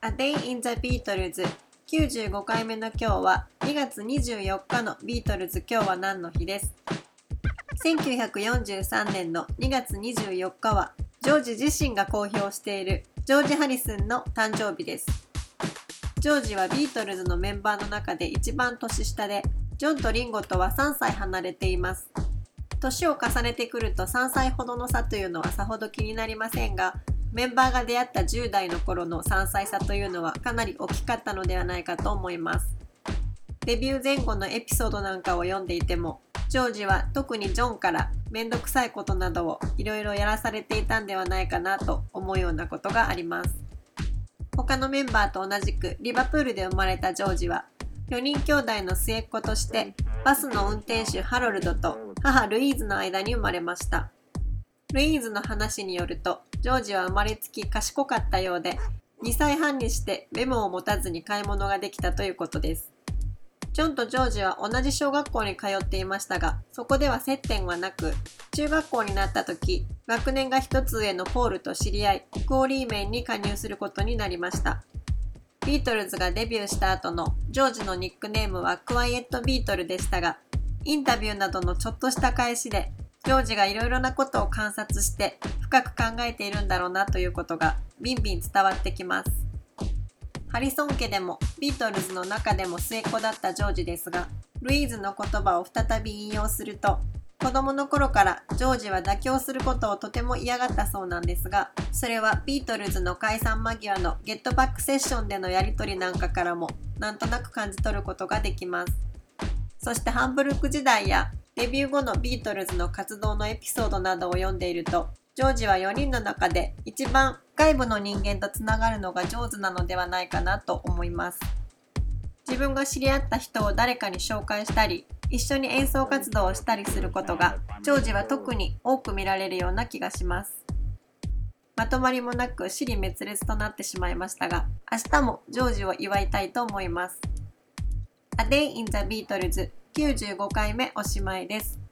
A Day in the Beatles 95回目の今日は2月24日のビートルズ今日は何の日です。1943年の2月24日はジョージ自身が公表しているジョージ・ハリスンの誕生日です。ジョージはビートルズのメンバーの中で一番年下で、ジョンとリンゴとは3歳離れています。年を重ねてくると3歳ほどの差というのはさほど気になりませんが、メンバーが出会った10代の頃の3歳差というのはかなり大きかったのではないかと思います。デビュー前後のエピソードなんかを読んでいても、ジョージは特にジョンからめんどくさいことなどをいろいろやらされていたんではないかなと思うようなことがあります。他のメンバーと同じくリバプールで生まれたジョージは、4人兄弟の末っ子としてバスの運転手ハロルドと母ルイーズの間に生まれました。ルイーズの話によると、ジョージは生まれつき賢かったようで、2歳半にしてメモを持たずに買い物ができたということです。ジョンとジョージは同じ小学校に通っていましたが、そこでは接点はなく、中学校になった時、学年が一つ上のポールと知り合い、クオリーメンに加入することになりました。ビートルズがデビューした後のジョージのニックネームはクワイエットビートルでしたが、インタビューなどのちょっとした返しで、ジョージがいろいろなことを観察して深く考えているんだろうなということがビンビン伝わってきます。ハリソン家でもビートルズの中でも末っ子だったジョージですが、ルイーズの言葉を再び引用すると、子供の頃からジョージは妥協することをとても嫌がったそうなんですが、それはビートルズの解散間際のゲットバックセッションでのやりとりなんかからもなんとなく感じ取ることができます。そしてハンブルク時代やデビュー後のビートルズの活動のエピソードなどを読んでいると、ジョージは4人の中で一番外部の人間とつながるのが上手なのではないかなと思います。自分が知り合った人を誰かに紹介したり、一緒に演奏活動をしたりすることが、ジョージは特に多く見られるような気がします。まとまりもなく支離滅裂となってしまいましたが、明日もジョージを祝いたいと思います。A Day in the Beatles 95回目おしまいです。